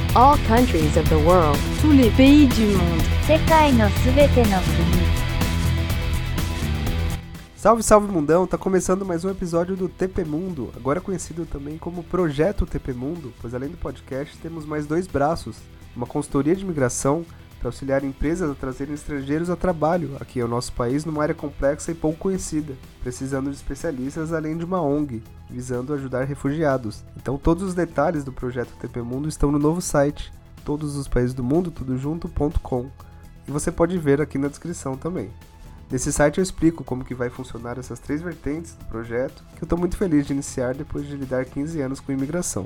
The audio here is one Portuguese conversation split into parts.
All countries of the world. Tous les pays du monde. 世界のすべての国。 Salve, salve mundão! Tá começando mais um episódio do TP Mundo, agora conhecido também como Projeto TP Mundo, pois além do podcast temos mais dois braços, uma consultoria de imigração para auxiliar empresas a trazerem estrangeiros a trabalho aqui ao nosso país numa área complexa e pouco conhecida, precisando de especialistas além de uma ONG, visando ajudar refugiados. Então todos os detalhes do Projeto TP Mundo estão no novo site, todosospaísesdomundo.com, e você pode ver aqui na descrição também. Nesse site eu explico como que vai funcionar essas três vertentes do projeto, que eu estou muito feliz de iniciar depois de lidar 15 anos com imigração.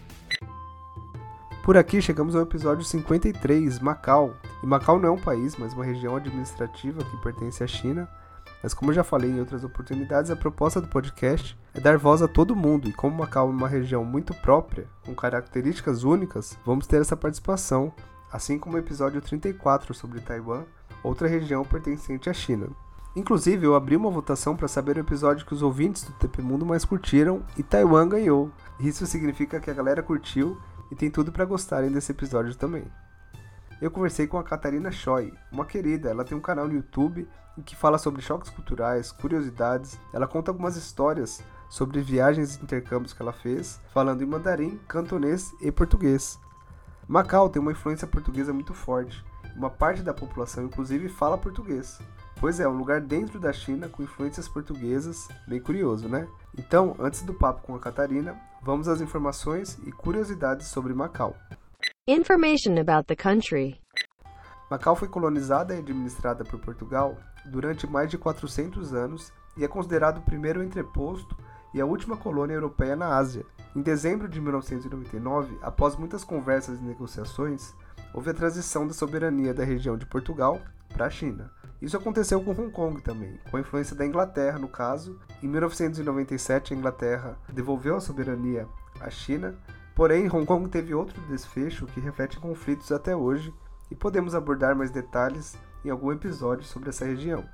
Por aqui chegamos ao episódio 53, Macau. E Macau não é um país, mas uma região administrativa que pertence à China. Mas como eu já falei em outras oportunidades, a proposta do podcast é dar voz a todo mundo. E como Macau é uma região muito própria, com características únicas, vamos ter essa participação, assim como o episódio 34 sobre Taiwan, outra região pertencente à China. Inclusive, eu abri uma votação para saber o episódio que os ouvintes do TP Mundo mais curtiram e Taiwan ganhou. Isso significa que a galera curtiu e tem tudo para gostarem desse episódio também. Eu conversei com a Catarina Choi, uma querida. Ela tem um canal no YouTube em que fala sobre choques culturais, curiosidades. Ela conta algumas histórias sobre viagens e intercâmbios que ela fez, falando em mandarim, cantonês e português. Macau tem uma influência portuguesa muito forte. Uma parte da população, inclusive, fala português. Pois é, um lugar dentro da China com influências portuguesas, bem curioso, né? Então, antes do papo com a Catarina, vamos às informações e curiosidades sobre Macau. Information about the country. Macau foi colonizada e administrada por Portugal durante mais de 400 anos e é considerado o primeiro entreposto e a última colônia europeia na Ásia. Em dezembro de 1999, após muitas conversas e negociações, houve a transição da soberania da região de Portugal para a China. Isso aconteceu com Hong Kong também, com a influência da Inglaterra no caso. Em 1997, a Inglaterra devolveu a soberania à China, porém Hong Kong teve outro desfecho que reflete conflitos até hoje e podemos abordar mais detalhes em algum episódio sobre essa região.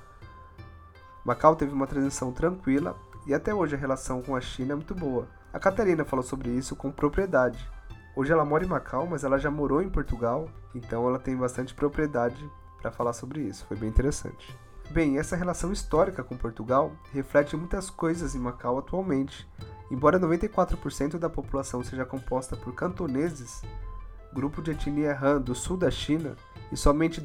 Macau teve uma transição tranquila e até hoje a relação com a China é muito boa. A Catarina falou sobre isso com propriedade. Hoje ela mora em Macau, mas ela já morou em Portugal, então ela tem bastante propriedade para falar sobre isso, foi bem interessante. Bem, essa relação histórica com Portugal reflete muitas coisas em Macau atualmente. Embora 94% da população seja composta por cantoneses, grupo de etnia Han do sul da China, e somente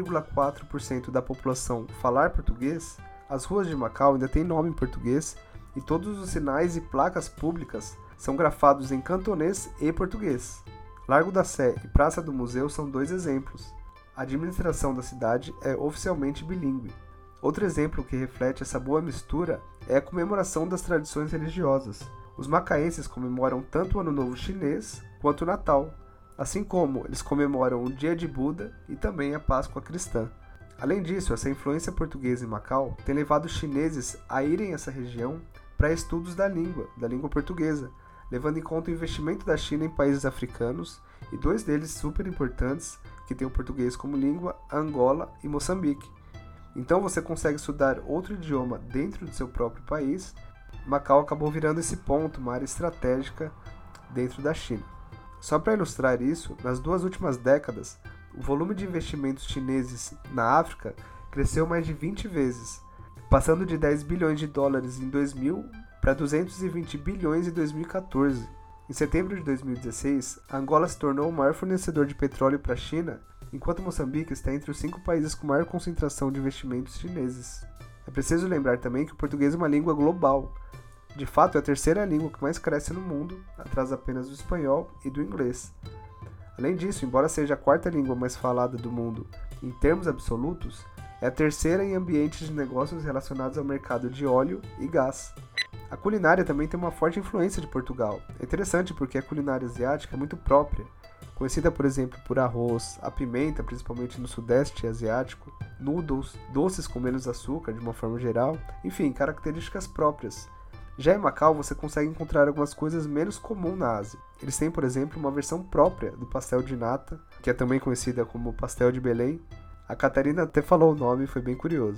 2,4% da população falar português, as ruas de Macau ainda têm nome em português e todos os sinais e placas públicas são grafados em cantonês e português. Largo da Sé e Praça do Museu são dois exemplos. A administração da cidade é oficialmente bilíngue. Outro exemplo que reflete essa boa mistura é a comemoração das tradições religiosas. Os macaenses comemoram tanto o Ano Novo Chinês quanto o Natal, assim como eles comemoram o Dia de Buda e também a Páscoa cristã. Além disso, essa influência portuguesa em Macau tem levado os chineses a irem a essa região para estudos da língua portuguesa, levando em conta o investimento da China em países africanos, e dois deles super importantes, que têm o português como língua, Angola e Moçambique. Então você consegue estudar outro idioma dentro do seu próprio país. Macau acabou virando esse ponto, uma área estratégica dentro da China. Só para ilustrar isso, nas 2 últimas décadas, o volume de investimentos chineses na África cresceu mais de 20 vezes, passando de 10 bilhões de dólares em 2000 para 220 bilhões em 2014. Em setembro de 2016, Angola se tornou o maior fornecedor de petróleo para a China, enquanto Moçambique está entre os 5 países com maior concentração de investimentos chineses. É preciso lembrar também que o português é uma língua global. De fato, é a terceira língua que mais cresce no mundo, atrás apenas do espanhol e do inglês. Além disso, embora seja a 4ª língua mais falada do mundo em termos absolutos, é a terceira em ambientes de negócios relacionados ao mercado de óleo e gás. A culinária também tem uma forte influência de Portugal. É interessante porque a culinária asiática é muito própria, conhecida, por exemplo, por arroz, a pimenta, principalmente no sudeste asiático, noodles, doces com menos açúcar de uma forma geral, enfim, características próprias. Já em Macau você consegue encontrar algumas coisas menos comuns na Ásia. Eles têm, por exemplo, uma versão própria do pastel de nata, que é também conhecida como pastel de Belém. A Catarina até falou o nome, foi bem curioso.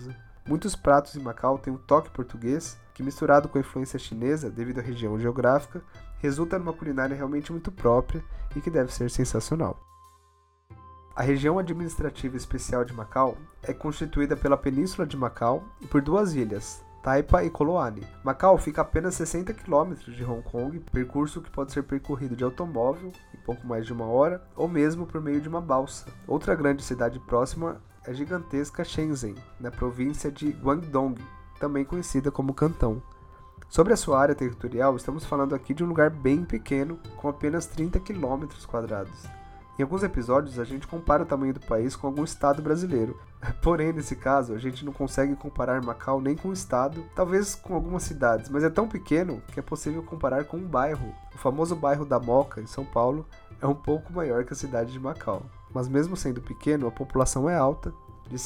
Muitos pratos em Macau têm um toque português, que misturado com a influência chinesa, devido à região geográfica, resulta numa culinária realmente muito própria e que deve ser sensacional. A região administrativa especial de Macau é constituída pela Península de Macau e por duas ilhas, Taipa e Koloane. Macau fica a apenas 60 km de Hong Kong, percurso que pode ser percorrido de automóvel em pouco mais de 1 hora ou mesmo por meio de uma balsa. Outra grande cidade próxima é a gigantesca Shenzhen, na província de Guangdong, também conhecida como Cantão. Sobre a sua área territorial, estamos falando aqui de um lugar bem pequeno, com apenas 30 km². Em alguns episódios, a gente compara o tamanho do país com algum estado brasileiro. Porém, nesse caso, a gente não consegue comparar Macau nem com o estado, talvez com algumas cidades, mas é tão pequeno que é possível comparar com um bairro. O famoso bairro da Moca, em São Paulo, é um pouco maior que a cidade de Macau. Mas mesmo sendo pequeno, a população é alta, de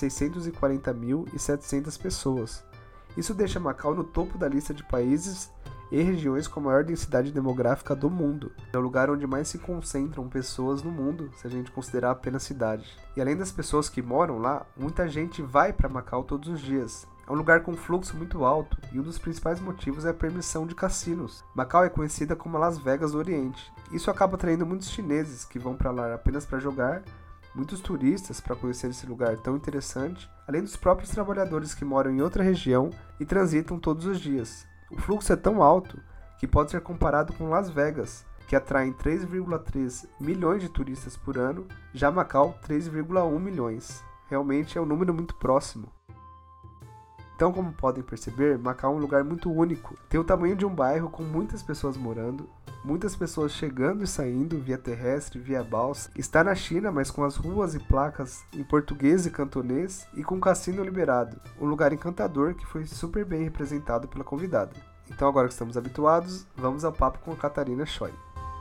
640.700 pessoas. Isso deixa Macau no topo da lista de países e regiões com a maior densidade demográfica do mundo. É o lugar onde mais se concentram pessoas no mundo, se a gente considerar apenas cidade. E além das pessoas que moram lá, muita gente vai para Macau todos os dias. É um lugar com fluxo muito alto e um dos principais motivos é a permissão de cassinos. Macau é conhecida como a Las Vegas do Oriente. Isso acaba atraindo muitos chineses que vão para lá apenas para jogar, muitos turistas para conhecer esse lugar tão interessante, além dos próprios trabalhadores que moram em outra região e transitam todos os dias. O fluxo é tão alto que pode ser comparado com Las Vegas, que atraem 3,3 milhões de turistas por ano, já Macau 3,1 milhões. Realmente é um número muito próximo. Então, como podem perceber, Macau é um lugar muito único. Tem o tamanho de um bairro com muitas pessoas morando, muitas pessoas chegando e saindo via terrestre, via balsa. Está na China, mas com as ruas e placas em português e cantonês e com cassino liberado. Um lugar encantador que foi super bem representado pela convidada. Então, agora que estamos habituados, vamos ao papo com a Catarina Choi.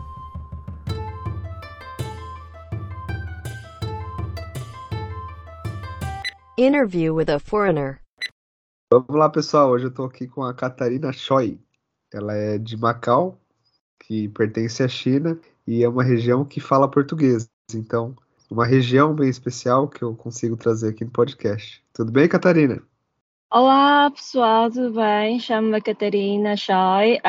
Interview with a foreigner. Vamos lá, pessoal. Hoje eu estou aqui com a Catarina Choi. Ela é de Macau, que pertence à China, e é uma região que fala português. Então, uma região bem especial que eu consigo trazer aqui no podcast. Tudo bem, Catarina? Olá pessoal, tudo bem? Chamo-me Catarina Choi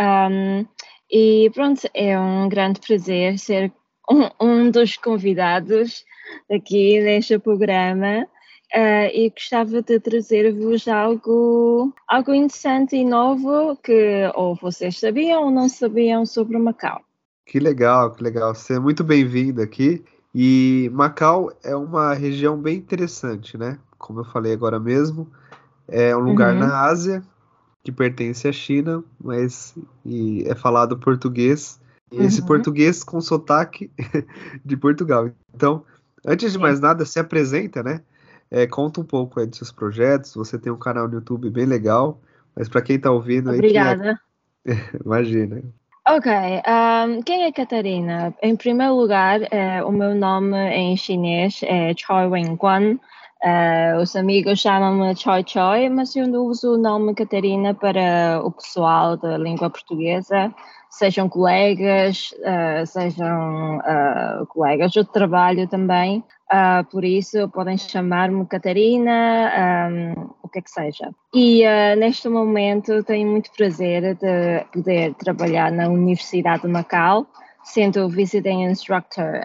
e pronto, é um grande prazer ser um dos convidados aqui neste programa. E gostava de trazer-vos algo interessante e novo que ou vocês sabiam ou não sabiam sobre Macau. Que legal, que legal. Você é muito bem-vinda aqui. E Macau é uma região bem interessante, né? Como eu falei agora mesmo, é um lugar na Ásia que pertence à China, mas é falado português. E esse português com sotaque de Portugal. Então, antes de mais nada, se apresenta, né? Conta um pouco aí dos seus projetos. Você tem um canal no YouTube bem legal, mas para quem está ouvindo aí... Obrigada. Imagina. Ok, quem é Catarina? Em primeiro lugar, o meu nome em chinês é Choi Wen-guan. Os amigos chamam-me Choi Choi, mas eu uso o nome Catarina para o pessoal da língua portuguesa, sejam colegas, sejam colegas de trabalho também. Por isso podem chamar-me Catarina, o que é que seja. E neste momento tenho muito prazer de poder trabalhar na Universidade de Macau, sendo visiting instructor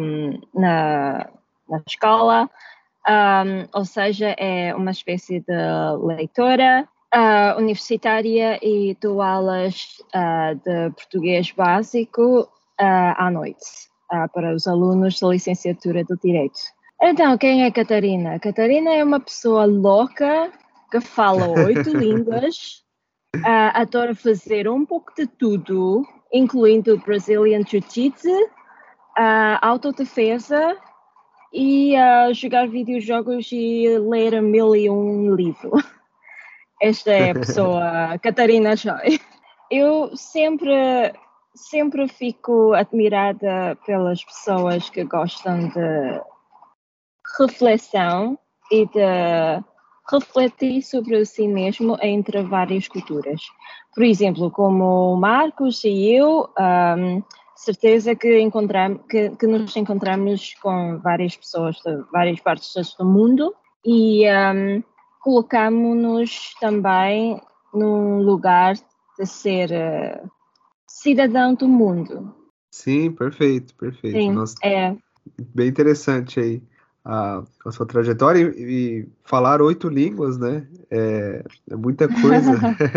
na escola, ou seja, é uma espécie de leitora universitária e dou aulas de português básico à noite. Para os alunos da licenciatura do Direito. Então, quem é Catarina? Catarina é uma pessoa louca que fala 8 línguas, adora fazer um pouco de tudo, incluindo Brazilian Jiu-Jitsu, autodefesa e jogar videojogos e ler 1001 livros. Esta é a pessoa Catarina Choi. Eu sempre fico admirada pelas pessoas que gostam de reflexão e de refletir sobre si mesmo entre várias culturas. Por exemplo, como o Marcos e eu, certeza que nos encontramos com várias pessoas de várias partes do mundo e colocamos-nos também num lugar de ser cidadão do mundo. Sim, perfeito. Sim, Nossa, bem interessante aí a sua trajetória e falar 8 línguas, né? É muita coisa.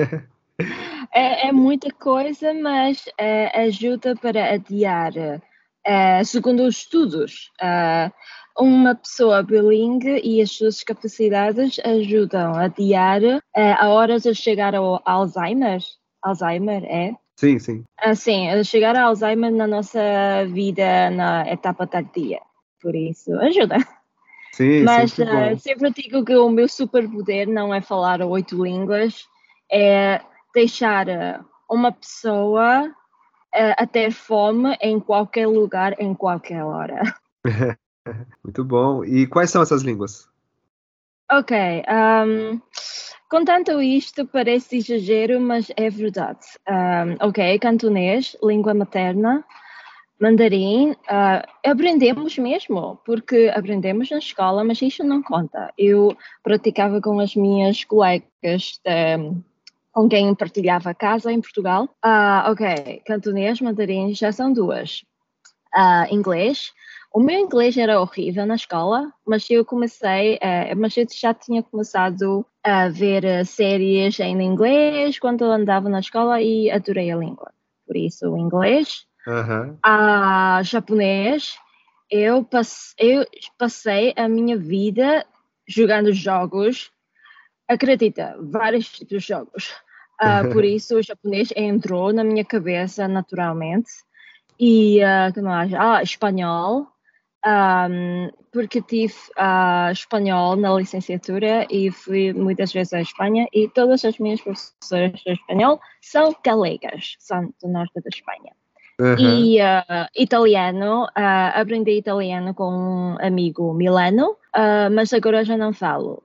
É muita coisa, mas ajuda para adiar. Segundo os estudos, uma pessoa bilíngue e as suas capacidades ajudam a adiar a hora de chegar ao Alzheimer. Alzheimer, é? Sim. Sim, a chegar ao Alzheimer na nossa vida na etapa tardia. Por isso, ajuda. Sim, Mas sempre bom. sempre digo que o meu superpoder não é falar 8 línguas, é deixar uma pessoa a ter fome em qualquer lugar, em qualquer hora. Muito bom. E quais são essas línguas? Ok, contando isto parece exagero, mas é verdade. Ok, cantonês, língua materna, mandarim, aprendemos mesmo, porque aprendemos na escola, mas isto não conta. Eu praticava com as minhas colegas com quem partilhava casa em Portugal. Ok, cantonês, mandarim, já são 2. Inglês. O meu inglês era horrível na escola, mas eu já tinha começado a ver séries em inglês quando eu andava na escola e adorei a língua. Por isso, o inglês. Aham. Japonês, eu passei a minha vida jogando jogos, acredita, vários tipos de jogos. Por isso o japonês entrou na minha cabeça naturalmente. E que mais? Espanhol, porque tive espanhol na licenciatura e fui muitas vezes à Espanha e todas as minhas professoras de espanhol são galegas, são do norte da Espanha. Aham. E italiano, aprendi italiano com um amigo Milano, mas agora já não falo.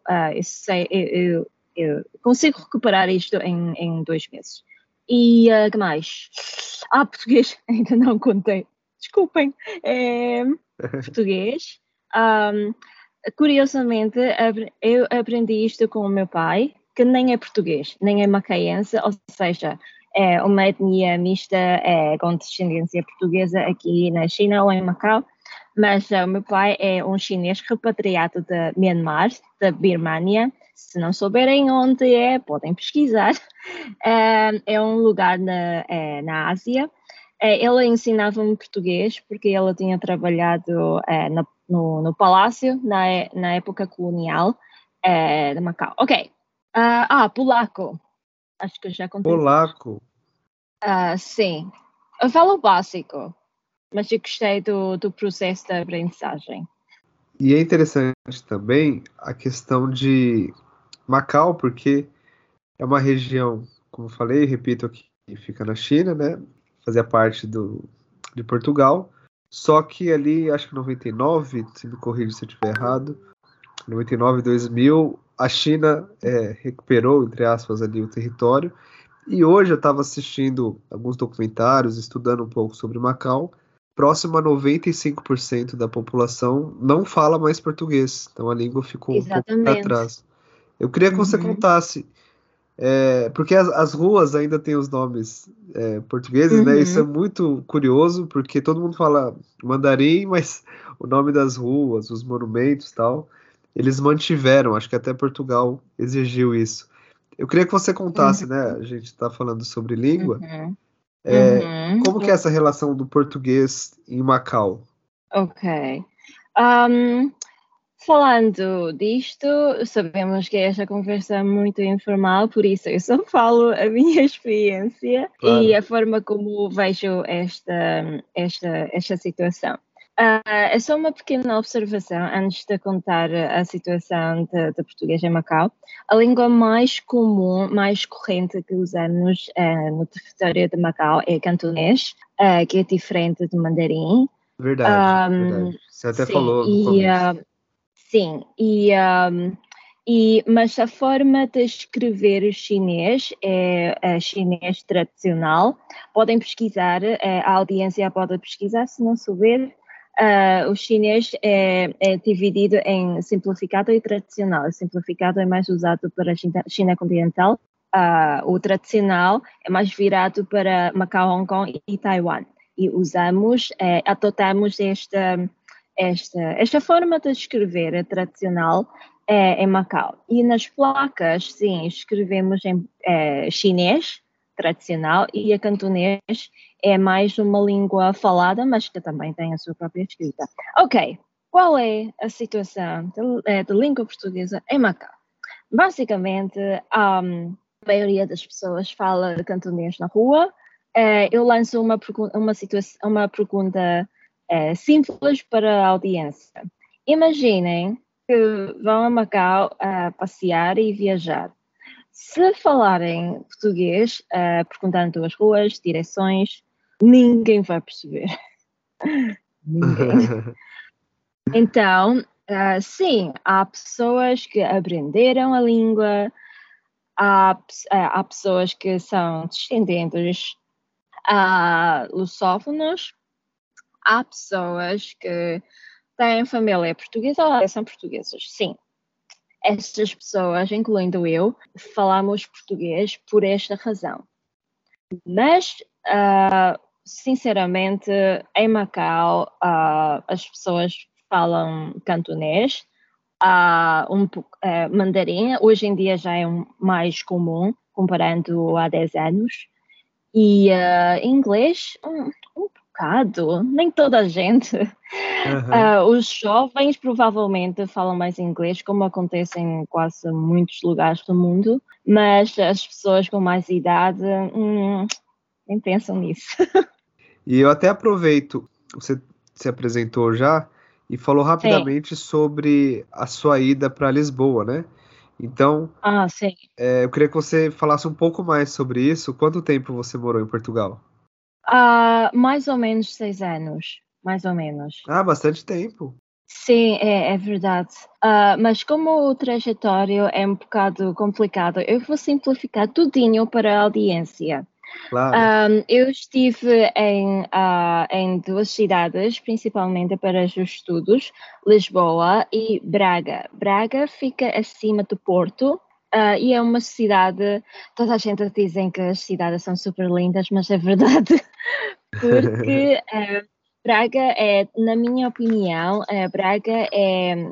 Eu consigo recuperar isto em 2 meses. E que mais? Português, ainda não contei. Desculpem. Português. Curiosamente, eu aprendi isto com o meu pai, que nem é português, nem é macaense, ou seja, é uma etnia mista com descendência portuguesa aqui na China ou em Macau, mas o meu pai é um chinês repatriado de Myanmar, da Birmânia. Se não souberem onde podem pesquisar. É um lugar na Ásia. Ele ensinava-me português porque ele tinha trabalhado no palácio na época colonial de Macau. Ok. Polaco. Acho que eu já contei. Polaco. Sim. Eu falo o básico, mas eu gostei do processo da aprendizagem. E é interessante também a questão de Macau, porque é uma região, como eu falei, repito aqui, que fica na China, né? Fazia parte de Portugal. Só que ali, acho que 99, se me corrija se eu estiver errado, 99, 2000, a China recuperou, entre aspas, ali o território. E hoje eu estava assistindo alguns documentários, estudando um pouco sobre Macau. Próximo a 95% da população não fala mais português, então a língua ficou um pouco para Exatamente. trás. Eu queria que você contasse, porque as ruas ainda têm os nomes portugueses, né? Isso é muito curioso, porque todo mundo fala mandarim, mas o nome das ruas, os monumentos e tal, eles mantiveram, acho que até Portugal exigiu isso. Eu queria que você contasse, né? A gente está falando sobre língua. Como que é essa relação do português em Macau? Ok. Falando disto, sabemos que esta conversa é muito informal, por isso eu só falo a minha experiência Claro. e a forma como vejo esta situação. É só uma pequena observação antes de contar a situação de português em Macau. A língua mais comum, mais corrente que usamos no território de Macau é cantonês, que é diferente do mandarim. Verdade. Você até Sim, falou no começo. sim, mas a forma de escrever chinês é chinês tradicional. Podem pesquisar, a audiência pode pesquisar se não souber. O chinês é dividido em simplificado e tradicional. O simplificado é mais usado para a China continental. O tradicional é mais virado para Macau, Hong Kong e Taiwan. E adotamos esta forma de escrever, a tradicional, em Macau. E nas placas, sim, escrevemos em chinês tradicional e a cantonês é mais uma língua falada, mas que também tem a sua própria escrita. Ok, qual é a situação da língua portuguesa em Macau? Basicamente, a maioria das pessoas fala cantonês na rua. Eu lanço uma pergunta simples para a audiência. Imaginem que vão a Macau passear e viajar. Se falarem português, perguntando as ruas, direções, ninguém vai perceber. Ninguém. Então, sim, há pessoas que aprenderam a língua, há pessoas que são descendentes lusófonos, há pessoas que têm família portuguesa ou são portuguesas, sim. Estas pessoas, incluindo eu, falamos português por esta razão. Mas, sinceramente, em Macau, as pessoas falam cantonês, mandarim, hoje em dia já é mais comum, comparando há 10 anos, e inglês, um bocado, nem toda a gente. Os jovens provavelmente falam mais inglês, como acontece em quase muitos lugares do mundo, mas as pessoas com mais idade nem pensam nisso. E eu até aproveito, você se apresentou já e falou rapidamente sobre a sua ida para Lisboa, né? Então, sim. Eu queria que você falasse um pouco mais sobre isso. Quanto tempo você morou em Portugal? Mais ou menos 6 anos, mais ou menos. Bastante tempo. Sim, é verdade. Mas como o trajetório é um bocado complicado, eu vou simplificar tudinho para a audiência. Claro. Eu estive em 2 cidades, principalmente para os estudos, Lisboa e Braga. Braga fica acima do Porto e é uma cidade, toda a gente dizem que as cidades são super lindas, mas é verdade, porque Braga na minha opinião, Braga é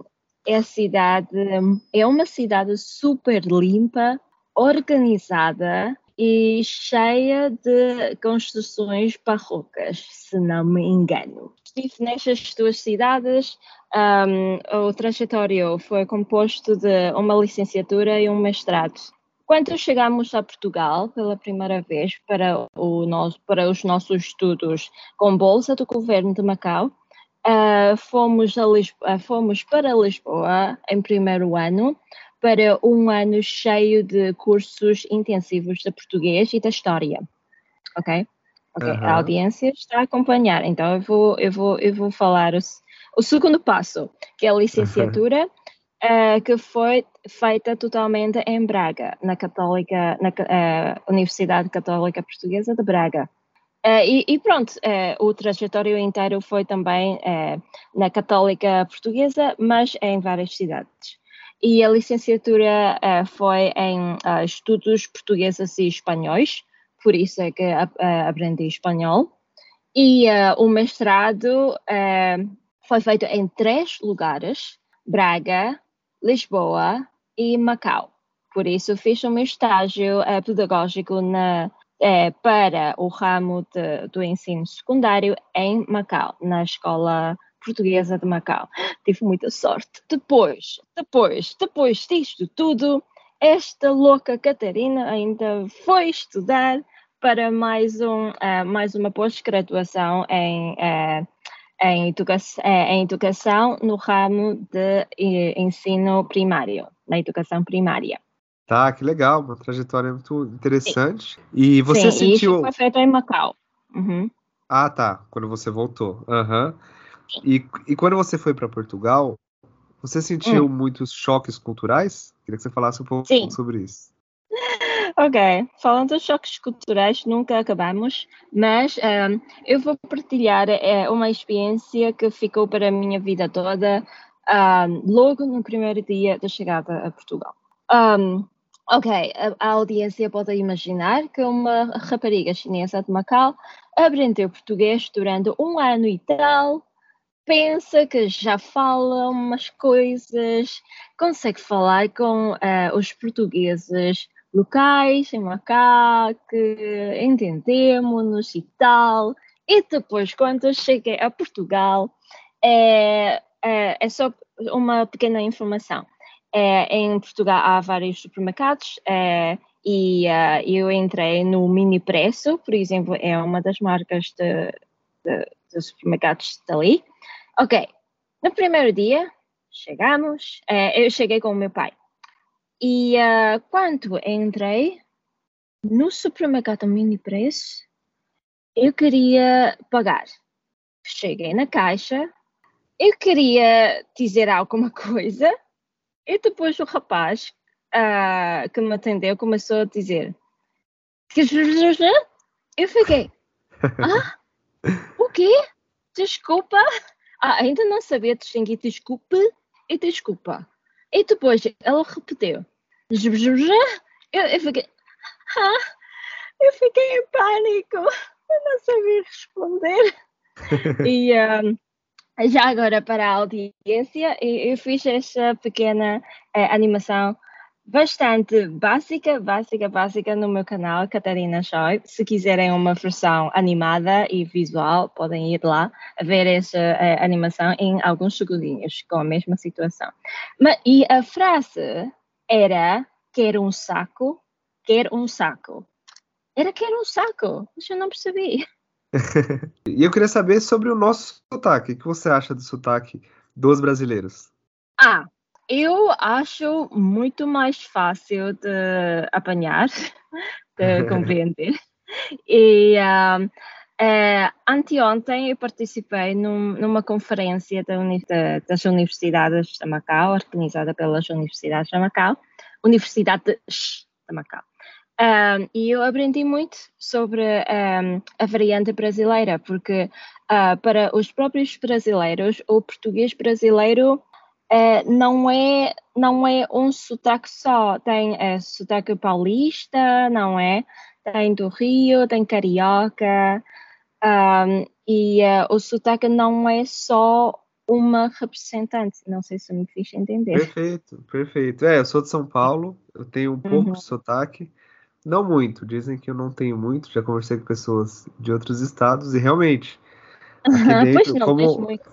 uma cidade super limpa, organizada e cheia de construções barrocas, se não me engano. Estive nestas 2 cidades, o trajetório foi composto de uma licenciatura e um mestrado. Quando chegamos a Portugal pela primeira vez para os nossos estudos com bolsa do governo de Macau, fomos para Lisboa em primeiro ano, para um ano cheio de cursos intensivos de português e da história. Ok? A audiência está a acompanhar. Então eu vou falar o segundo passo, que é a licenciatura, que foi feita totalmente em Braga, na Universidade Católica Portuguesa de Braga. E pronto, o trajetório inteiro foi também na Católica Portuguesa, mas em várias cidades. E a licenciatura foi em estudos portugueses e espanhóis, por isso é que aprendi espanhol. E o mestrado foi feito em 3 lugares, Braga, Lisboa e Macau. Por isso fiz o meu estágio pedagógico para o ramo do ensino secundário em Macau, na Escola Portuguesa de Macau. Tive muita sorte. Depois disto tudo, esta louca Catarina ainda foi estudar para mais uma pós-graduação em educação no ramo de ensino primário, na educação primária. Tá, que legal, uma trajetória muito interessante. E você Sim, sentiu... isso foi feito em Macau. Uhum. Tá, quando você voltou. E quando você foi para Portugal, você sentiu muitos choques culturais? Queria que você falasse um pouco sobre isso. Ok, falando dos choques culturais, nunca acabamos, mas eu vou partilhar uma experiência que ficou para a minha vida toda, logo no primeiro dia da chegada a Portugal. Ok, a audiência pode imaginar que uma rapariga chinesa de Macau aprendeu português durante 1 ano e tal, pensa que já fala umas coisas, consegue falar com os portugueses locais em Macau, que entendemos-nos e tal. E depois, quando eu cheguei a Portugal, é só uma pequena informação. Em Portugal há vários supermercados e eu entrei no Mini Preço, por exemplo, é uma das marcas de supermercados dali. Ok, no primeiro dia chegamos, eu cheguei com o meu pai. E quando entrei no supermercado Mini Preço, eu queria pagar. Cheguei na caixa, eu queria dizer alguma coisa, e depois o rapaz que me atendeu começou a dizer: eu fiquei, o quê? Desculpa? Ainda não sabia distinguir desculpe e desculpa. E depois ela repetiu. Eu fiquei, eu fiquei em pânico. Eu não sabia responder. E já agora para a audiência, eu fiz esta pequena animação bastante básica no meu canal, Catarina Choi. Se quiserem uma versão animada e visual, podem ir lá a ver essa animação em alguns segundinhos, com a mesma situação. E a frase era, quer um saco? Quer um saco. Era quer um saco, mas eu não percebi. E eu queria saber sobre o nosso sotaque. O que você acha do sotaque dos brasileiros? Eu acho muito mais fácil de apanhar, de compreender. E anteontem eu participei numa conferência das Universidades de Macau, organizada pelas Universidades de Macau, Universidades de Macau. E eu aprendi muito sobre a variante brasileira, porque para os próprios brasileiros, o português brasileiro não é um sotaque só, tem sotaque paulista, não é? Tem do Rio, tem carioca, e o sotaque não é só uma representante, não sei se me fiz entender. Perfeito. Eu sou de São Paulo, eu tenho um pouco de sotaque, não muito, dizem que eu não tenho muito, já conversei com pessoas de outros estados e realmente, aqui Pois dentro, não tens muito.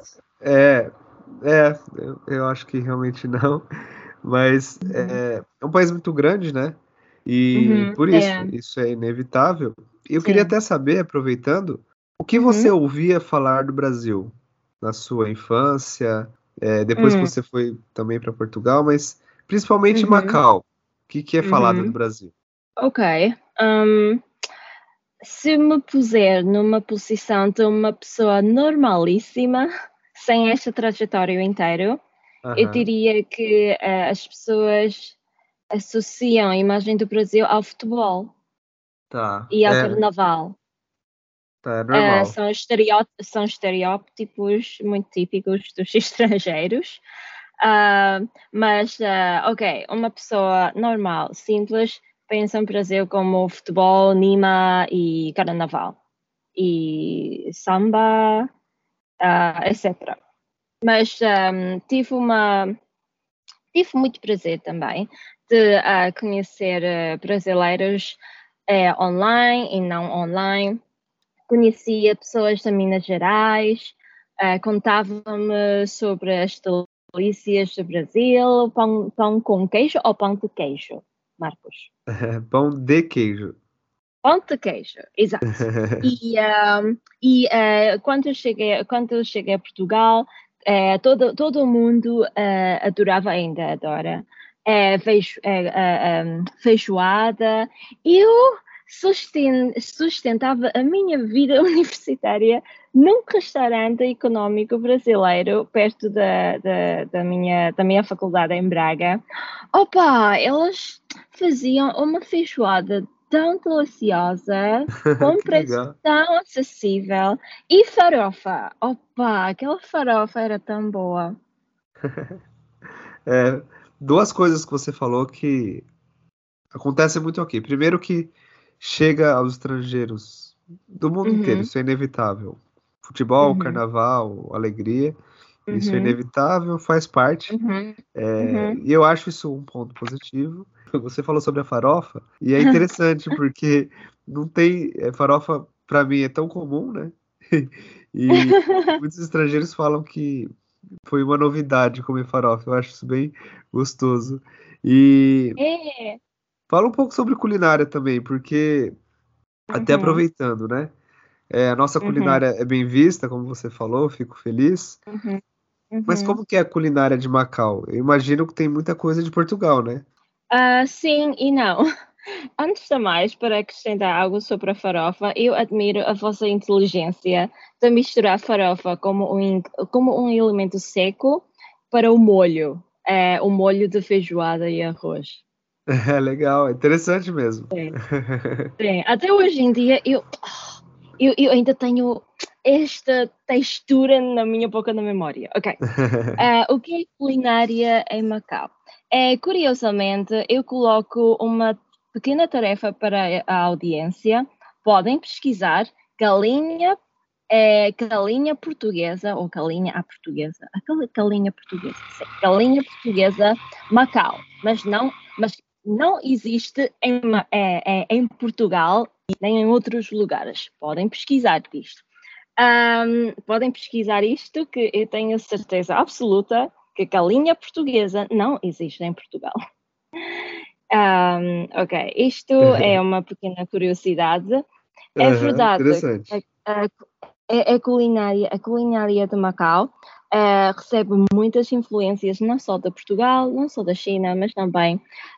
eu acho que realmente não, mas é um país muito grande, né? E por isso é inevitável. E eu queria Sim. até saber, aproveitando, o que você ouvia falar do Brasil na sua infância, depois que você foi também para Portugal, mas principalmente Macau. O que é falado do Brasil? Ok. Se me puser numa posição de uma pessoa normalíssima, sem esta trajetória inteira, eu diria que as pessoas associam a imagem do Brasil ao futebol e ao carnaval. É normal. São estereótipos muito típicos dos estrangeiros. Mas, ok, uma pessoa normal, simples, pensa no Brasil como futebol, Nima e carnaval. E samba, etc. Mas tive muito prazer também de conhecer brasileiros online e não online. Conhecia pessoas de Minas Gerais, contavam-me sobre as delícias do Brasil, pão com queijo ou pão de queijo, Marcos? Pão de queijo. Pão de queijo, exato. Quando eu cheguei a Portugal, todo mundo adorava, ainda adora, feijoada. Eu sustentava a minha vida universitária num restaurante económico brasileiro perto da minha faculdade em Braga. Opa, eles faziam uma feijoada tão deliciosa, com um Que preço legal. tão acessível e farofa. Opa, aquela farofa era tão boa. É, duas coisas que você falou que acontecem muito aqui. Primeiro que chega aos estrangeiros do mundo inteiro, Uhum, isso é inevitável. Futebol, uhum, carnaval, alegria, isso é uhum, inevitável, faz parte. uhum, uhum. E eu acho isso um ponto positivo. Você falou sobre a farofa, e é interessante porque não tem. Farofa, para mim, é tão comum, né? E muitos estrangeiros falam que foi uma novidade comer farofa. Eu acho isso bem gostoso. E É. fala um pouco sobre culinária também, porque, até Uhum, aproveitando, né? A nossa uhum, culinária é bem vista, como você falou, fico feliz. uhum, Mas uhum. como que é a culinária de Macau? Eu imagino que tem muita coisa de Portugal, né? Sim e não. Antes de mais, para acrescentar algo sobre a farofa, eu admiro a vossa inteligência de misturar farofa como um elemento seco para o molho de feijoada e arroz. É legal, é interessante mesmo. Sim, sim. Até hoje em dia eu ainda tenho esta textura na minha boca na memória. Ok. O que é culinária em Macau? Curiosamente, eu coloco uma pequena tarefa para a audiência. Podem pesquisar galinha, galinha portuguesa ou galinha à portuguesa. Aquela galinha portuguesa, sim. Galinha portuguesa Macau. Mas não existe em Portugal nem em outros lugares. Podem pesquisar isto. Podem pesquisar isto, que eu tenho certeza absoluta que galinha portuguesa não existe em Portugal. Ok, isto é uma pequena curiosidade. É Aham, verdade que interessante. a culinária de Macau recebe muitas influências, não só de Portugal, não só da China, mas também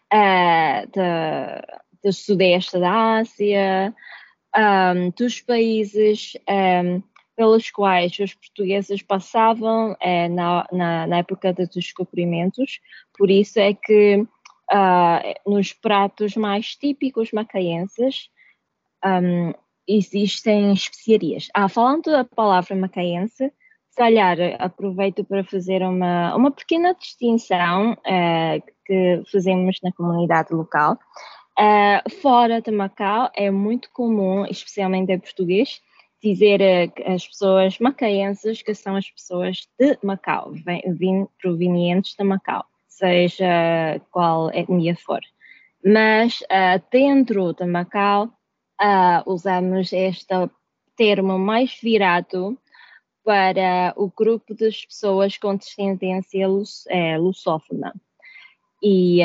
do Sudeste da Ásia, dos países pelos quais os portugueses passavam na época dos descobrimentos. Por isso é que nos pratos mais típicos macaenses um, existem especiarias. Falando da palavra macaense, se calhar aproveito para fazer uma pequena distinção que fazemos na comunidade local. Fora de Macau é muito comum, especialmente em português, dizer as pessoas macaenses que são as pessoas de Macau, provenientes de Macau, seja qual etnia for. Mas dentro de Macau usamos este termo mais virado para o grupo das pessoas com descendência lusófona e,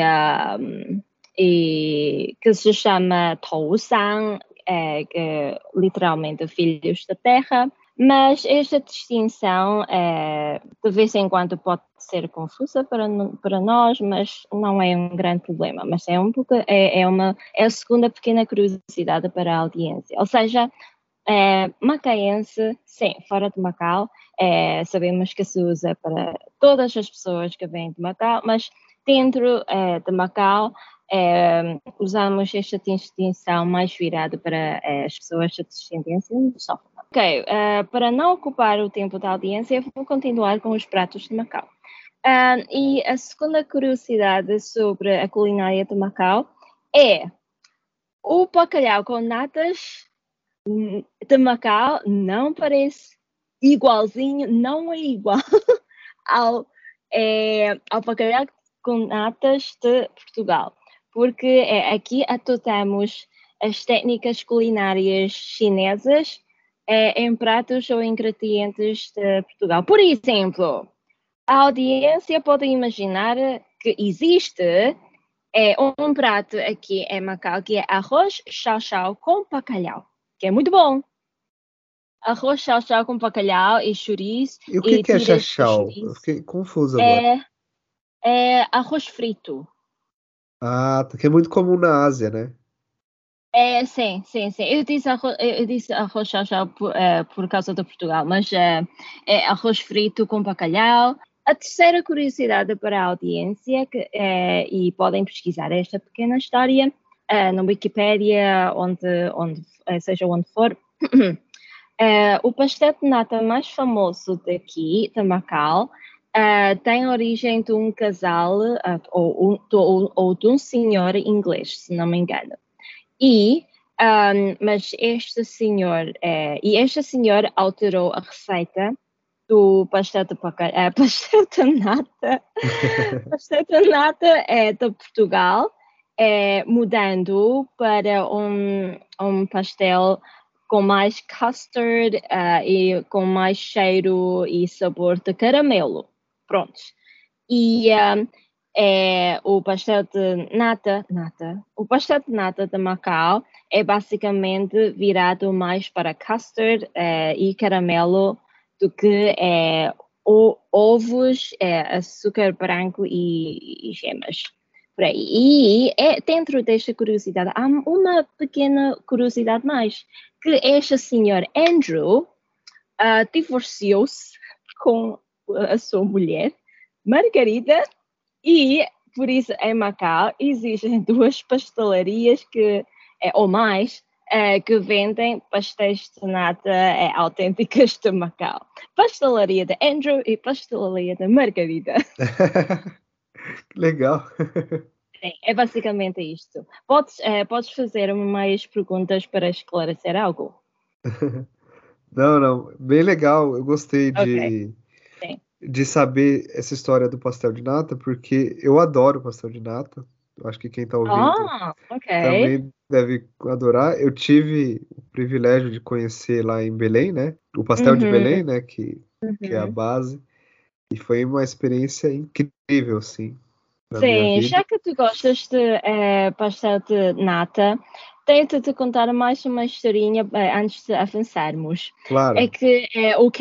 que se chama Tousan, que literalmente filhos da terra, mas esta distinção de vez em quando pode ser confusa para nós, mas não é um grande problema. Mas é um pouco, é a segunda pequena curiosidade para a audiência. Ou seja, macaense, sim, fora de Macau, sabemos que se usa para todas as pessoas que vêm de Macau, mas dentro de Macau usamos esta distinção mais virada para as pessoas de descendência lusófona. Ok, para não ocupar o tempo da audiência, vou continuar com os pratos de Macau. E a segunda curiosidade sobre a culinária de Macau é o bacalhau com natas de Macau não parece igualzinho, não é igual ao, ao bacalhau com natas de Portugal, porque aqui adotamos as técnicas culinárias chinesas em pratos ou ingredientes de Portugal. Por exemplo, a audiência pode imaginar que existe um prato aqui em Macau que é arroz chau-chau com bacalhau, que é muito bom. Arroz chau-chau com bacalhau e chouriço E o e que é tiras do chachau? Eu chouriço. fiquei confuso agora. É, é arroz frito. Ah, porque é muito comum na Ásia, né? Sim, sim, sim. Eu disse arroz chau-chau por causa de Portugal, mas é arroz frito com bacalhau. A terceira curiosidade para a audiência, e podem pesquisar esta pequena história na Wikipédia, seja onde for. O pastel de nata mais famoso daqui, de Macau, tem origem de um casal ou de um senhor inglês, se não me engano. Mas este senhor alterou a receita do pastel de pastel de nata, pastel de nata de Portugal, mudando para um pastel com mais custard e com mais cheiro e sabor de caramelo. Prontos. E o pastel de o pastel de nata de Macau é basicamente virado mais para custard e caramelo do que ovos, açúcar branco e gemas. Por aí. E dentro desta curiosidade, há uma pequena curiosidade mais, que este senhor Andrew divorciou-se com a sua mulher, Margarida, e por isso em Macau existem duas pastelarias ou mais que vendem pastéis de nata autênticas de Macau. Pastelaria de Andrew e pastelaria de Margarida. Legal. Sim, é basicamente isto. Podes fazer mais perguntas para esclarecer algo? Não, bem legal. Eu gostei Ok, sim. de saber essa história do pastel de nata, porque eu adoro pastel de nata. Eu acho que quem está ouvindo Ok. também deve adorar. Eu tive o privilégio de conhecer lá em Belém, né? O pastel de Uhum, Belém, né? Que é a uhum. base. E foi uma experiência incrível, assim, na minha Sim, vida. já que tu gostas de pastel de nata, tento-te contar mais uma historinha antes de avançarmos. É Claro. que o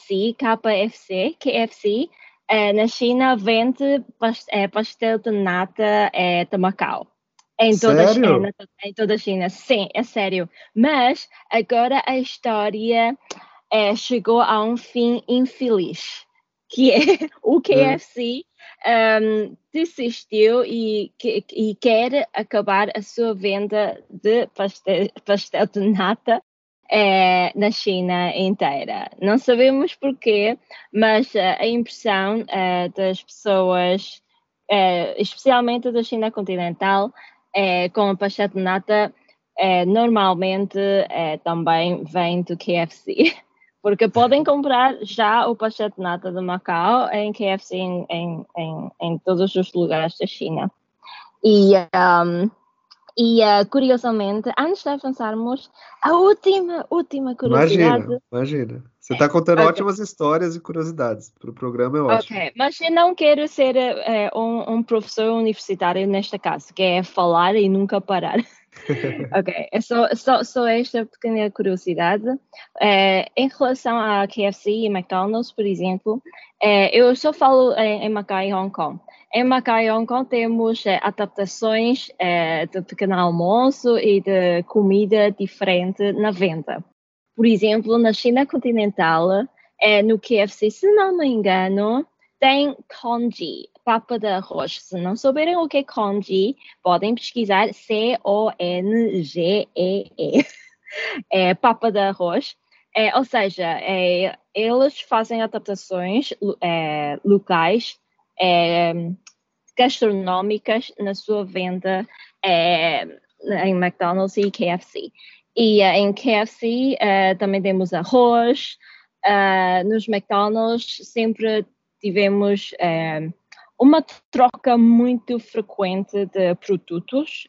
KFC, na China vende pastel de nata de Macau. Sério? Em toda a China, sim, é sério. Mas agora a história chegou a um fim infeliz, que é o É. KFC desistiu e quer acabar a sua venda de pastel de nata na China inteira. Não sabemos porquê, mas a impressão das pessoas, especialmente da China continental, com o pastel de nata, normalmente também vem do KFC. Porque podem comprar já o pastel de nata de Macau em KFC em todos os lugares da China. E, curiosamente, antes de avançarmos, a última curiosidade. Imagina. Você está contando Ok, ótimas histórias e curiosidades. Para o programa é ótimo. ok, mas eu não quero ser um professor universitário nesta casa, que é falar e nunca parar. Ok, é só esta pequena curiosidade. Em relação a KFC e McDonald's, por exemplo, eu só falo em Macau e Hong Kong. Em Macau e Hong Kong temos adaptações de pequeno almoço e de comida diferente na venda. Por exemplo, na China continental, no KFC, se não me engano, tem congee, papa de arroz. Se não souberem o que é congee, podem pesquisar Congee. É papa de arroz. Ou seja, eles fazem adaptações locais, gastronómicas na sua venda em McDonald's e KFC. E em KFC também temos arroz. Nos McDonald's sempre tivemos uma troca muito frequente de produtos.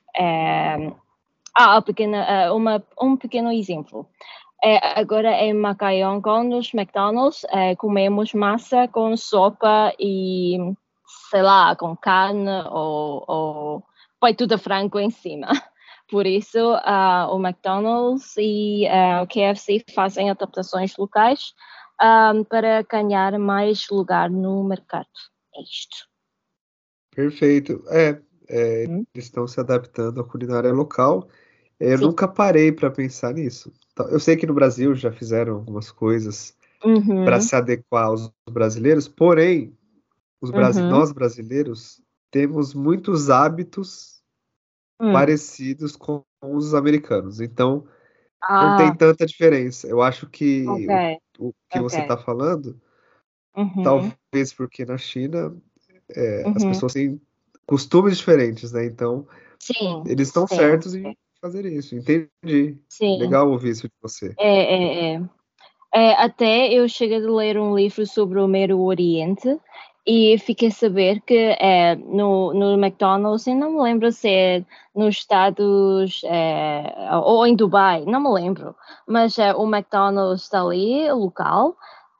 Um pequeno exemplo. Agora em Macau e Hong Kong, nos McDonald's, comemos massa com sopa e, sei lá, com carne ou peito de frango em cima. Por isso, o McDonald's e o KFC fazem adaptações locais para ganhar mais lugar no mercado. É isto. Perfeito. Eles estão se adaptando à culinária local. Eu Sim. nunca parei para pensar nisso. Eu sei que no Brasil já fizeram algumas coisas para Uhum, se adequar aos brasileiros, porém, uhum, nós brasileiros temos muitos hábitos hum. parecidos com os americanos. Então, não tem Ah, tanta diferença. Eu acho que ok, o que ok. você está falando, Uhum, talvez porque na China as uhum. pessoas têm costumes diferentes, né? Então, Sim, eles estão sim, certos em fazer isso. Entendi. sim. Legal ouvir isso de você. É, é, é. Até eu cheguei a ler um livro sobre o Médio Oriente e fiquei a saber que no McDonald's, eu não me lembro se é nos Estados ou em Dubai, não me lembro, mas o McDonald's está ali, local,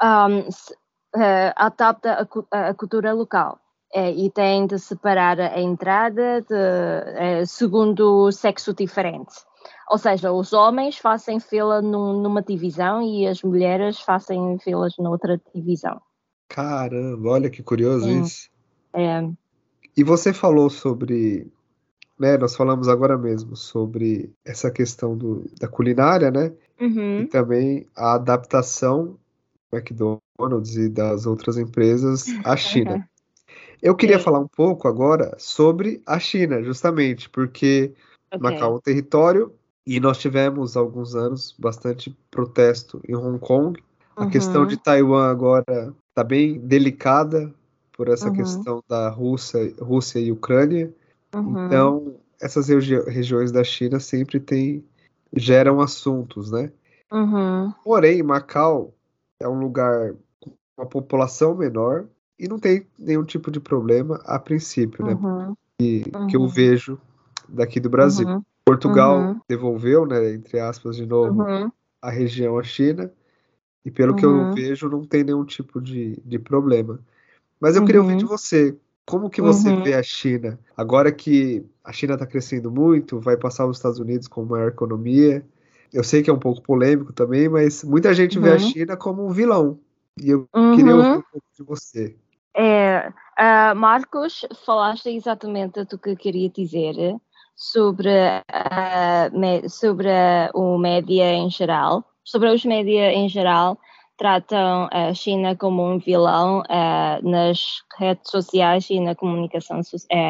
adapta a cultura local. E tem de separar a entrada segundo o sexo diferente. Ou seja, os homens fazem fila numa divisão e as mulheres fazem filas noutra divisão. Caramba, olha que curioso Sim, isso. é. E você falou sobre, né? Nós falamos agora mesmo sobre essa questão da culinária, né? E Uhum. também a adaptação do McDonald's e das outras empresas à China. Eu queria Sim, falar um pouco agora sobre a China, justamente, porque Macau ok. é um território e nós tivemos há alguns anos bastante protesto em Hong Kong. A questão de Uhum, Taiwan agora está bem delicada por essa uhum, questão da Rússia e Ucrânia. uhum, Então, essas regiões da China sempre geram assuntos, né? uhum, Porém, Macau é um lugar com uma população menor e não tem nenhum tipo de problema a princípio, né? uhum, Que eu uhum, vejo daqui do Brasil. uhum, Portugal uhum, devolveu, né, entre aspas, de novo, uhum, a região à China, e pelo que eu uhum, vejo, não tem nenhum tipo de problema. Mas eu queria ouvir de uhum, você. Como que você uhum, vê a China? Agora que a China está crescendo muito, vai passar os Estados Unidos como maior economia. Eu sei que é um pouco polêmico também, mas muita gente vê a uhum, China como um vilão. E eu queria ouvir uhum. um pouco de você. Marcos, falaste exatamente o que eu queria dizer sobre, sobre o média em geral. Sobre os média em geral, tratam a China como um vilão nas redes sociais e na comunicação,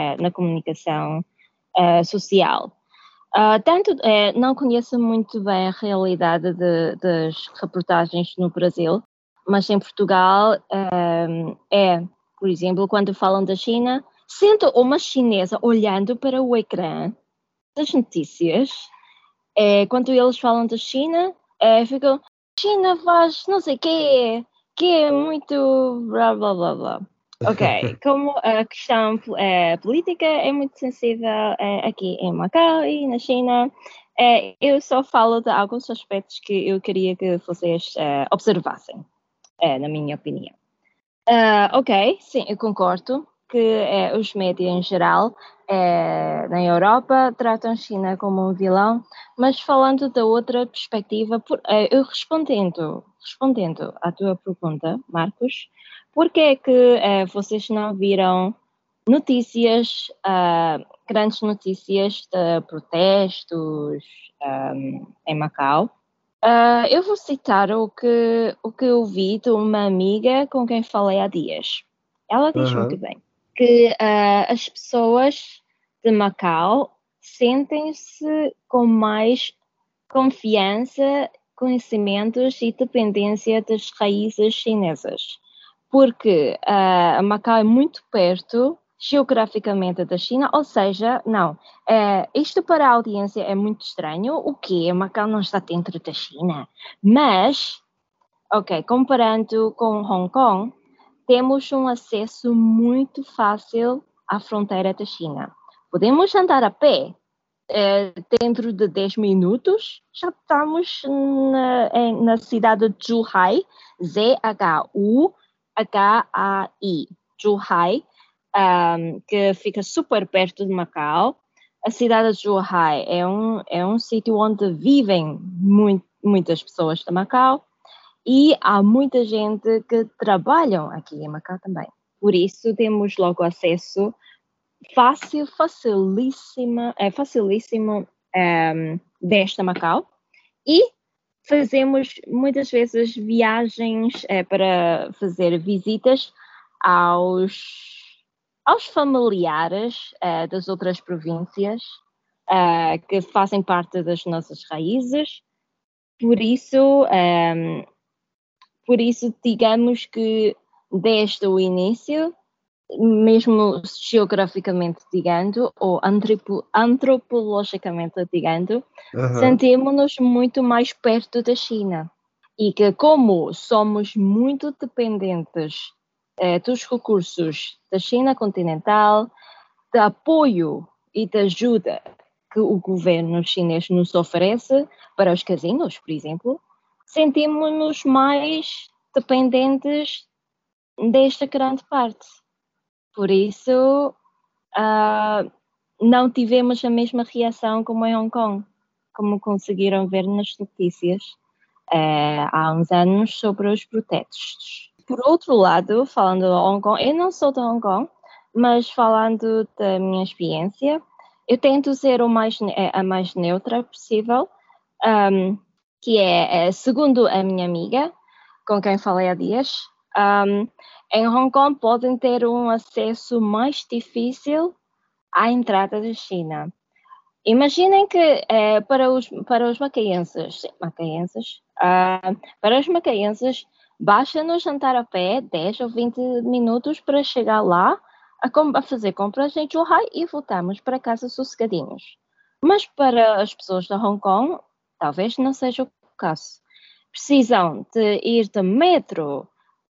social. Não conheço muito bem a realidade das reportagens no Brasil, mas em Portugal por exemplo, quando falam da China, sinto uma chinesa olhando para o ecrã das notícias. Quando eles falam da China, ficam, China faz não sei o quê, que é muito blá blá blá blá. Ok, como a questão política é muito sensível aqui em Macau e na China, eu só falo de alguns aspectos que eu queria que vocês observassem, na minha opinião. Ok, sim, eu concordo que os médias em geral na Europa tratam a China como um vilão, mas falando da outra perspectiva, eu respondendo à tua pergunta, Marcos, por que é que vocês não viram notícias, grandes notícias de protestos em Macau? Eu vou citar o que eu vi de uma amiga com quem falei há dias. Ela diz muito Aham. bem que as pessoas de Macau sentem-se com mais confiança, conhecimentos e dependência das raízes chinesas, porque Macau é muito perto geograficamente da China, ou seja, não, isto para a audiência é muito estranho, o que Macau não está dentro da China, mas, ok, comparando com Hong Kong, temos um acesso muito fácil à fronteira da China. Podemos andar a pé, dentro de 10 minutos, já estamos na cidade de Zhuhai, Zhuhai, Zhuhai, que fica super perto de Macau. A cidade de Zhuhai é um sítio onde vivem muitas pessoas de Macau e há muita gente que trabalham aqui em Macau também. Por isso temos logo acesso facilíssimo desta Macau e fazemos muitas vezes viagens para fazer visitas aos familiares das outras províncias que fazem parte das nossas raízes. Por isso, digamos que desde o início, mesmo geograficamente digando, ou antropologicamente digando, sentimos-nos muito mais perto da China. E que como somos muito dependentes dos recursos da China continental, de apoio e de ajuda que o governo chinês nos oferece para os casinos, por exemplo, sentimos-nos mais dependentes desta grande parte. Por isso, não tivemos a mesma reação como em Hong Kong, como conseguiram ver nas notícias há uns anos sobre os protestos. Por outro lado, falando de Hong Kong, eu não sou de Hong Kong, mas falando da minha experiência, eu tento ser a mais neutra possível, que segundo a minha amiga, com quem falei há dias, em Hong Kong podem ter um acesso mais difícil à entrada da China. Imaginem que para os macaenses, para os macaenses, basta-nos andar a pé 10 ou 20 minutos para chegar lá a fazer compras em Zhuhai e voltarmos para casa sossegadinhos. Mas para as pessoas de Hong Kong, talvez não seja o caso. Precisam de ir de metro,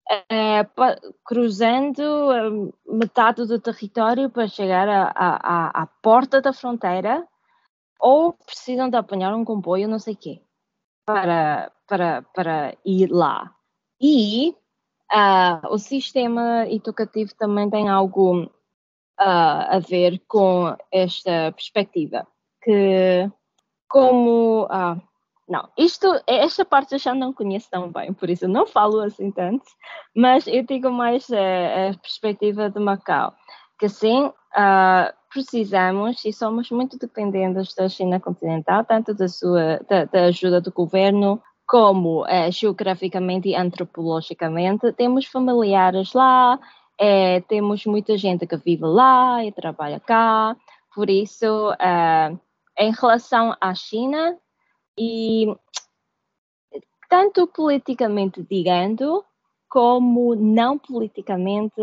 cruzando metade do território para chegar à porta da fronteira, ou precisam de apanhar um comboio, não sei o quê, para ir lá. E o sistema educativo também tem algo a ver com esta perspectiva, que como... não, esta parte eu já não conheço tão bem, por isso eu não falo assim tanto, mas eu digo mais a perspectiva de Macau, que sim, precisamos e somos muito dependentes da China continental, tanto da ajuda do governo, como geograficamente e antropologicamente. Temos familiares lá, temos muita gente que vive lá e trabalha cá, por isso, em relação à China, e tanto politicamente digando, como não politicamente,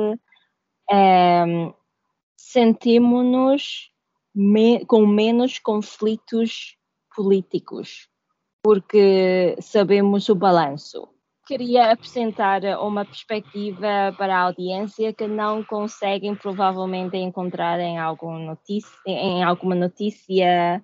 sentimos-nos com menos conflitos políticos, porque sabemos o balanço. Queria apresentar uma perspectiva para a audiência que não conseguem provavelmente encontrar em alguma notícia,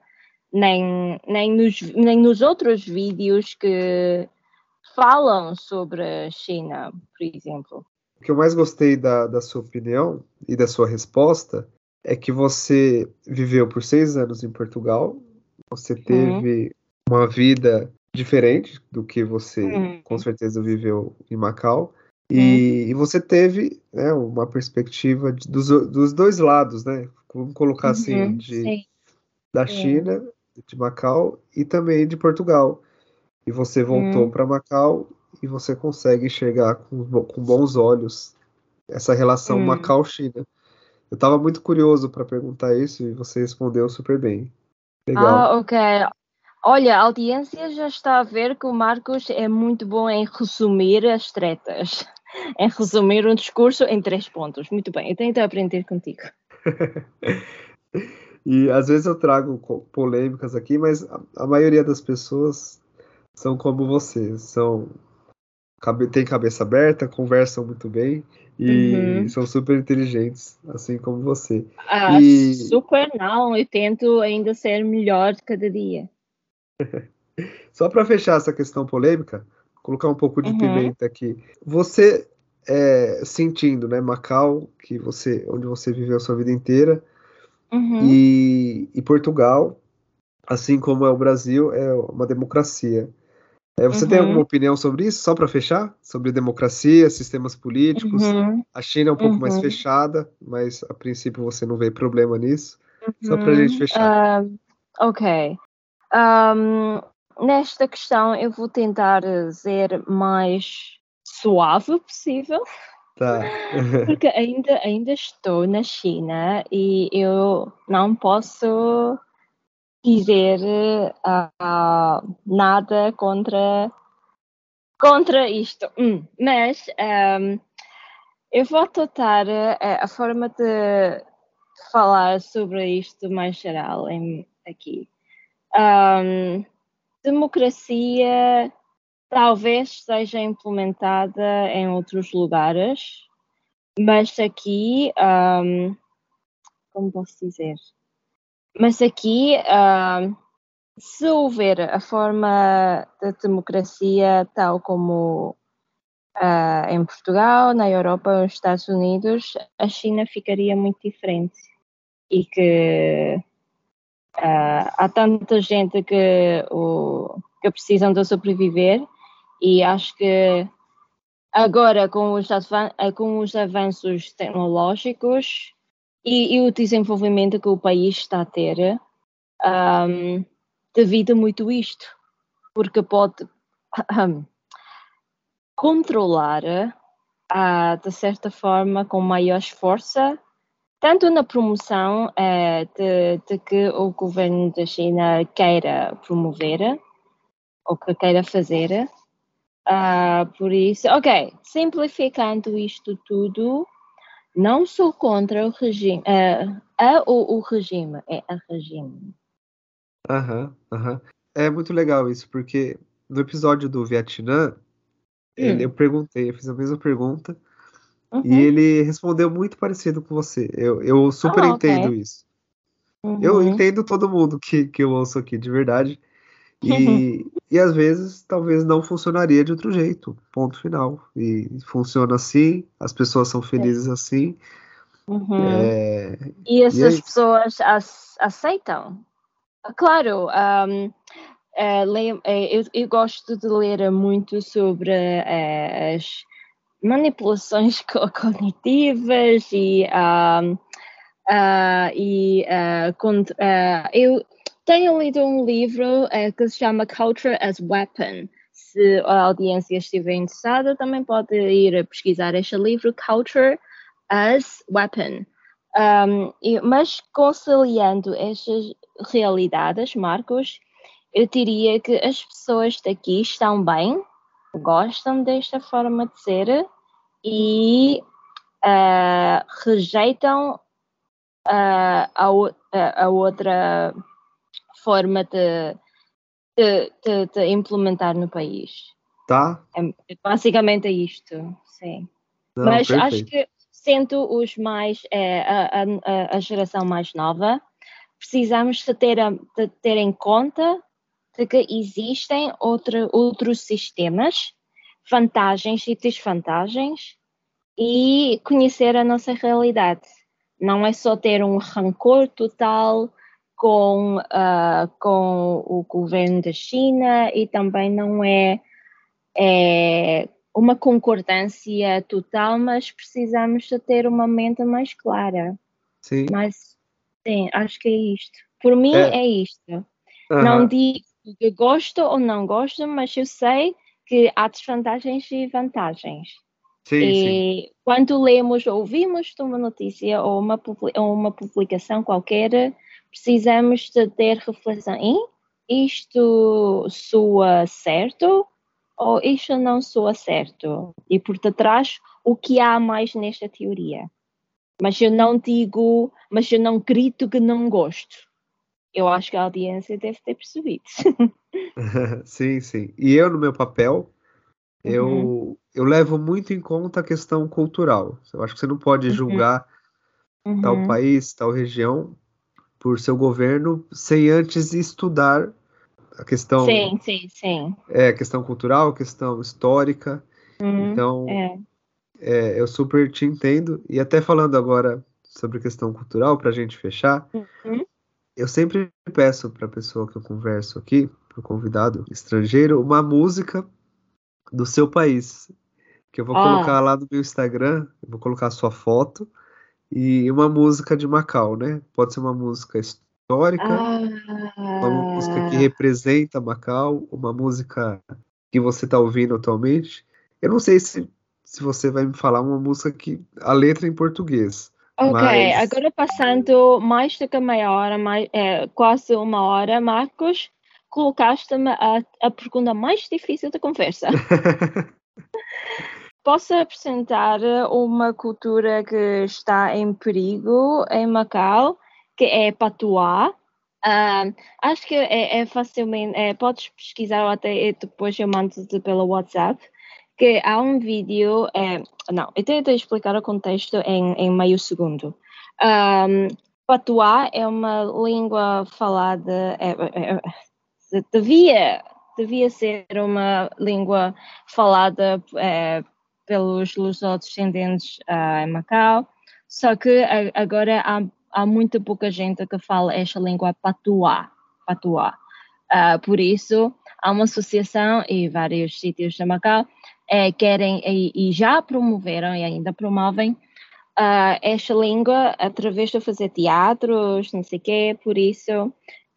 nem nos outros vídeos que falam sobre a China, por exemplo. O que eu mais gostei da sua opinião e da sua resposta é que você viveu por 6 anos em Portugal, você teve uma vida diferente do que você com certeza viveu em Macau, e você teve, né, uma perspectiva dos dois lados, né? Vamos colocar assim, da China, de Macau e também de Portugal. E você voltou para Macau e você consegue enxergar com bons olhos essa relação Macau-China. Eu estava muito curioso para perguntar isso e você respondeu super bem. Legal. Ok. Olha, a audiência já está a ver que o Marcos é muito bom em resumir as tretas, em resumir um discurso em 3 pontos. Muito bem, eu tento aprender contigo. E às vezes eu trago polêmicas aqui, mas a maioria das pessoas são como você, têm cabeça aberta, conversam muito bem e são super inteligentes, assim como você. Super não, eu tento ainda ser melhor cada dia. Só para fechar essa questão polêmica, colocar um pouco de pimenta aqui. Você sentindo, né, Macau, onde você viveu a sua vida inteira, e Portugal, assim como é o Brasil, é uma democracia. Você tem alguma opinião sobre isso? Só para fechar? Sobre democracia, sistemas políticos? A China é um pouco mais fechada, mas a princípio você não vê problema nisso. Só para a gente fechar. Ok. Nesta questão eu vou tentar ser mais suave possível, Tá. porque ainda estou na China e eu não posso dizer nada contra isto. Mas eu vou tentar a forma de falar sobre isto mais geral aqui. Democracia talvez seja implementada em outros lugares, mas aqui, como posso dizer? Mas aqui, se houver a forma de democracia tal como em Portugal, na Europa, nos Estados Unidos, a China ficaria muito diferente. E que há tanta gente que precisam de sobreviver e acho que agora com os avanços tecnológicos e o desenvolvimento que o país está a ter, devido muito isto, porque pode controlar de certa forma com maior força, tanto na promoção de que o governo da China queira promover ou que queira fazer. Por isso, simplificando isto tudo, não sou contra o regime, o regime, é a regime. Aham. É muito legal isso, porque no episódio do Vietnã, eu fiz a mesma pergunta, e ele respondeu muito parecido com você. Eu super entendo isso. Eu entendo todo mundo que eu ouço aqui, de verdade. E às vezes, talvez não funcionaria de outro jeito. Ponto final. E funciona assim, as pessoas são felizes assim. E essas aí? pessoas aceitam. Claro, eu gosto de ler muito sobre as manipulações cognitivas eu tenho lido um livro que se chama Culture as Weapon. Se a audiência estiver interessada, também pode ir pesquisar este livro, Culture as Weapon. Mas conciliando estas realidades, Marcos, eu diria que as pessoas daqui estão bem, gostam desta forma de ser e rejeitam a outra forma de implementar no país. Tá? Basicamente é isto, sim. Não, Mas perfeito. acho que sendo os mais a geração mais nova, precisamos de ter em conta de que existem outros sistemas, vantagens e desvantagens, e conhecer a nossa realidade. Não é só ter um rancor total com o governo da China e também não é uma concordância total, mas precisamos de ter uma mente mais clara. Sim. Mas, sim, acho que é isto. Por mim, é isto. Não digo que gosto ou não gosto, mas eu sei que há desvantagens e vantagens. Sim. Quando lemos ou ouvimos uma notícia ou uma publicação qualquer, precisamos de ter reflexão em isto soa certo ou isto não soa certo. E por detrás, o que há mais nesta teoria. Mas eu não grito que não gosto. Eu acho que a audiência deve ter percebido. Sim. E eu, no meu papel, eu levo muito em conta a questão cultural. Eu acho que você não pode julgar tal país, tal região, por seu governo, sem antes estudar a questão. Sim. A questão cultural, a questão histórica. Então, eu super te entendo. E até falando agora sobre a questão cultural, para a gente fechar, eu sempre peço para a pessoa que eu converso aqui, para o convidado estrangeiro, uma música do seu país, que eu vou colocar lá no meu Instagram, eu vou colocar a sua foto e uma música de Macau, né? Pode ser uma música histórica, uma uma música que representa Macau, uma música que você está ouvindo atualmente. Eu não sei se você vai me falar uma música que a letra é em português, Ok, mas agora passando mais do que meia hora, quase uma hora, Marcos, colocaste-me a pergunta mais difícil da conversa. Posso apresentar uma cultura que está em perigo em Macau, que é Patuá. Acho que é facilmente, podes pesquisar ou até depois eu mando-te pelo WhatsApp, que há um vídeo, não, eu tenho de explicar o contexto em meio segundo. Patuá é uma língua falada, devia ser uma língua falada pelos lusodescendentes em Macau, só que agora há muito pouca gente que fala esta língua patuá. Por isso, há uma associação e vários sítios de Macau querem e já promoveram e ainda promovem esta língua através de fazer teatros, não sei o quê, por isso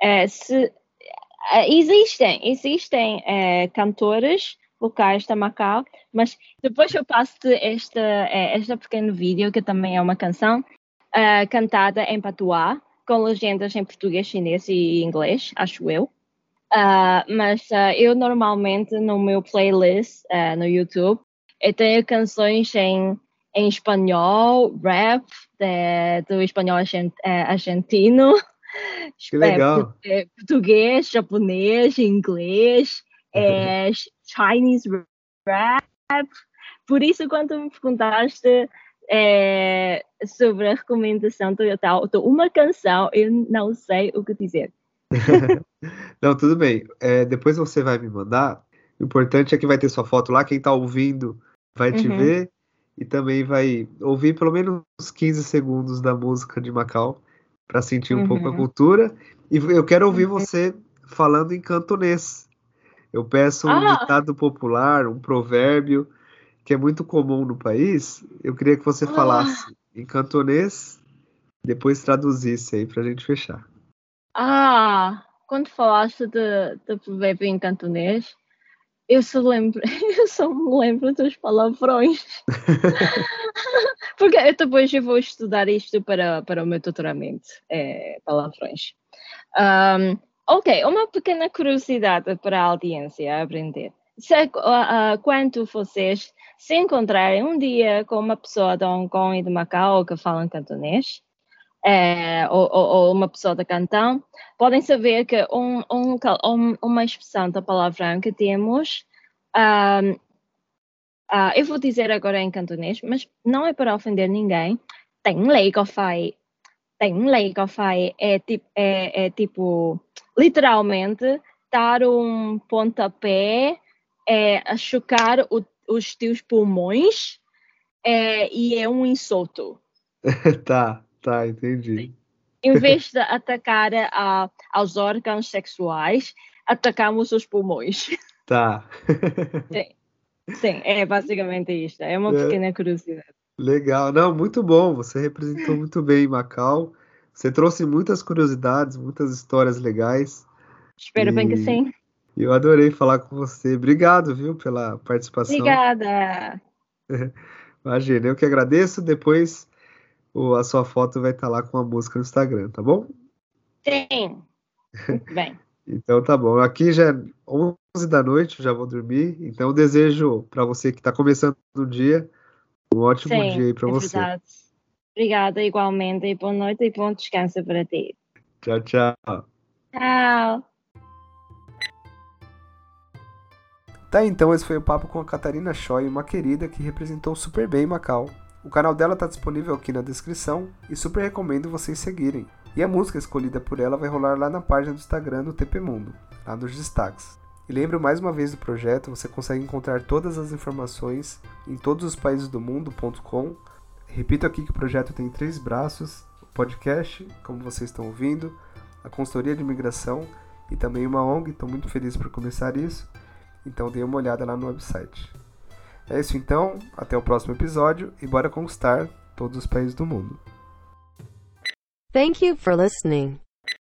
existem cantores locais de Macau, mas depois eu passo-te este pequeno vídeo, que também é uma canção, cantada em patuá, com legendas em português, chinês e inglês, acho eu. Mas eu normalmente no meu playlist no YouTube, eu tenho canções em espanhol, rap, do espanhol argentino, que legal. português, japonês, inglês, Chinese rap. Por isso, quando me perguntaste sobre a recomendação de uma canção, eu não sei o que dizer. Não, tudo bem. Depois você vai me mandar. O importante é que vai ter sua foto lá. Quem tá ouvindo vai te ver e também vai ouvir pelo menos uns 15 segundos da música de Macau para sentir um pouco a cultura. E eu quero ouvir você falando em cantonês. Eu peço um ditado popular, um provérbio que é muito comum no país. Eu queria que você falasse em cantonês, depois traduzisse aí pra gente fechar. Quando falaste de provérbio em cantonês, eu só me lembro dos palavrões. Porque depois eu vou estudar isto para o meu doutoramento, palavrões. Ok, uma pequena curiosidade para a audiência aprender. Quando vocês se encontrarem um dia com uma pessoa de Hong Kong e de Macau que falam cantonês, ou uma pessoa de Cantão, podem saber que uma expressão da palavrão que temos, eu vou dizer agora em cantonês, mas não é para ofender ninguém. Tỉnh你個肺é tipo, literalmente, dar um pontapé a chocar os teus pulmões e é um insulto. Tá, entendi. Em vez de atacar aos órgãos sexuais, atacamos os pulmões. Tá. Sim, é basicamente isto. É uma pequena curiosidade. Legal. Não, muito bom. Você representou muito bem Macau. Você trouxe muitas curiosidades, muitas histórias legais. Espero bem que sim. Eu adorei falar com você. Obrigado, viu, pela participação. Obrigada. Imagina, eu que agradeço. Depois a sua foto vai estar lá com a música no Instagram, tá bom? Sim. Muito bem. Então tá bom. Aqui já é 11 da noite, já vou dormir. Então eu desejo para você que está começando o dia, um ótimo dia aí para você. Verdade. Obrigada igualmente e boa noite e bom descanso para ti. Tchau, tchau. Tchau. Tá, então esse foi o papo com a Catarina Choi, uma querida que representou super bem Macau. O canal dela tá disponível aqui na descrição e super recomendo vocês seguirem. E a música escolhida por ela vai rolar lá na página do Instagram do TP Mundo, lá nos destaques. E lembro mais uma vez do projeto, você consegue encontrar todas as informações em todosospaísesdomundo.com. Repito aqui que o projeto tem 3 braços, o podcast, como vocês estão ouvindo, a consultoria de imigração e também uma ONG, estou muito feliz por começar isso, então dê uma olhada lá no website. É isso então, até o próximo episódio e bora conquistar todos os países do mundo. Thank you for listening.